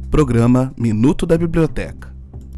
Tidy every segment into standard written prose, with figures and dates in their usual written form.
Programa Minuto da Biblioteca.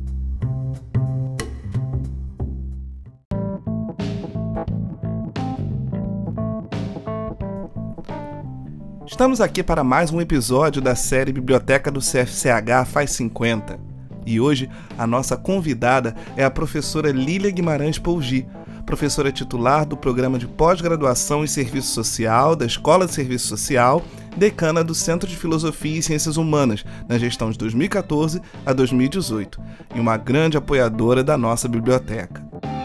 Estamos aqui para mais um episódio da série Biblioteca do CFCH Faz 50. E hoje a nossa convidada é a professora Lília Guimarães Pougi, professora titular do Programa de Pós-Graduação em Serviço Social da Escola de Serviço Social, decana do Centro de Filosofia e Ciências Humanas, na gestão de 2014 a 2018, e uma grande apoiadora da nossa biblioteca.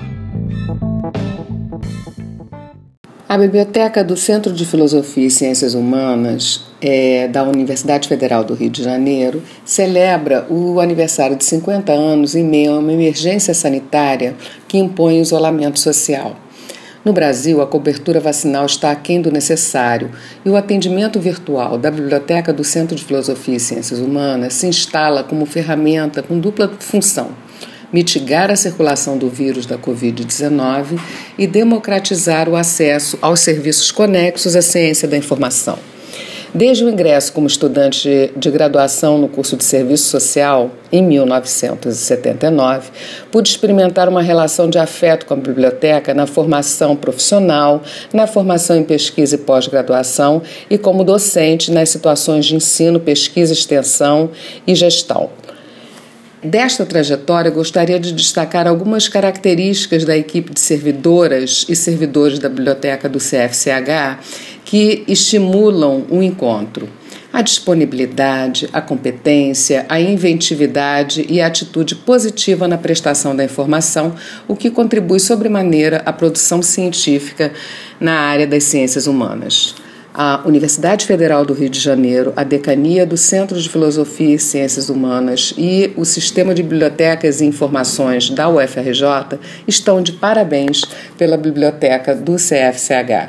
A Biblioteca do Centro de Filosofia e Ciências Humanas da Universidade Federal do Rio de Janeiro celebra o aniversário de 50 anos em meio a uma emergência sanitária que impõe o isolamento social. No Brasil, a cobertura vacinal está aquém do necessário e o atendimento virtual da Biblioteca do Centro de Filosofia e Ciências Humanas se instala como ferramenta com dupla função: mitigar a circulação do vírus da Covid-19 e democratizar o acesso aos serviços conexos à ciência da informação. Desde o ingresso como estudante de graduação no curso de Serviço Social, em 1979, pude experimentar uma relação de afeto com a biblioteca na formação profissional, na formação em pesquisa e pós-graduação e como docente nas situações de ensino, pesquisa, extensão e gestão. Desta trajetória, gostaria de destacar algumas características da equipe de servidoras e servidores da Biblioteca do CFCH que estimulam o encontro: a disponibilidade, a competência, a inventividade e a atitude positiva na prestação da informação, o que contribui sobremaneira à produção científica na área das ciências humanas. A Universidade Federal do Rio de Janeiro, a Decania do Centro de Filosofia e Ciências Humanas e o Sistema de Bibliotecas e Informações da UFRJ estão de parabéns pela Biblioteca do CFCH.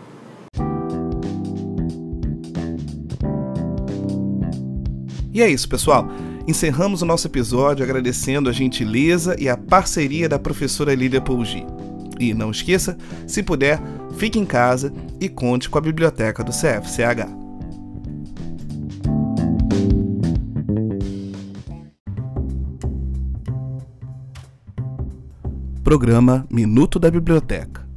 E é isso, pessoal. Encerramos o nosso episódio agradecendo a gentileza e a parceria da professora Lília Pougi. E não esqueça, se puder, fique em casa e conte com a Biblioteca do CFCH. Programa Minuto da Biblioteca.